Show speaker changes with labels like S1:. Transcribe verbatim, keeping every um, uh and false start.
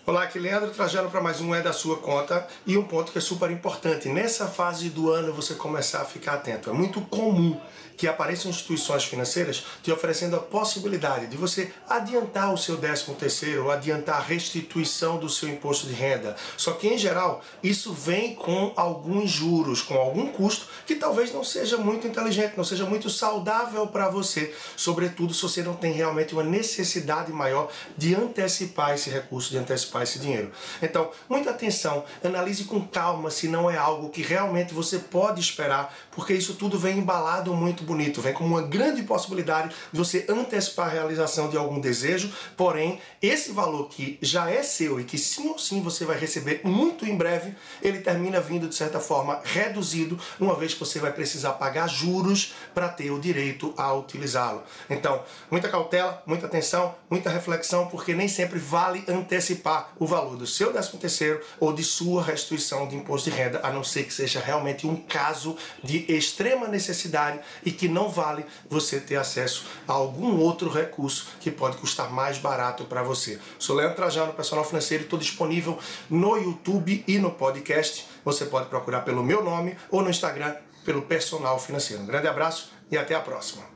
S1: Olá, aqui Leandro Trajano para mais um É da Sua Conta e um ponto que é super importante. Nessa fase do ano você começar a ficar atento. É muito comum que apareçam instituições financeiras te oferecendo a possibilidade de você adiantar o seu décimo terceiro ou adiantar a restituição do seu imposto de renda. Só que, em geral, isso vem com alguns juros, com algum custo que talvez não seja muito inteligente, não seja muito saudável para você, sobretudo se você não tem realmente uma necessidade maior de antecipar esse recurso, de antecipar esse dinheiro. Então, muita atenção, analise com calma se não é algo que realmente você pode esperar, porque isso tudo vem embalado muito bonito, vem como uma grande possibilidade de você antecipar a realização de algum desejo, porém, esse valor que já é seu e que sim ou sim você vai receber muito em breve, ele termina vindo de certa forma reduzido, uma vez que você vai precisar pagar juros para ter o direito a utilizá-lo. Então, muita cautela, muita atenção, muita reflexão, porque nem sempre vale antecipar o valor do seu décimo terceiro ou de sua restituição de imposto de renda, a não ser que seja realmente um caso de extrema necessidade e que não vale você ter acesso a algum outro recurso que pode custar mais barato para você. Sou Leandro Trajano, personal financeiro, e estou disponível no YouTube e no podcast. Você pode procurar pelo meu nome ou no Instagram pelo Personal Financeiro. Um grande abraço e até a próxima.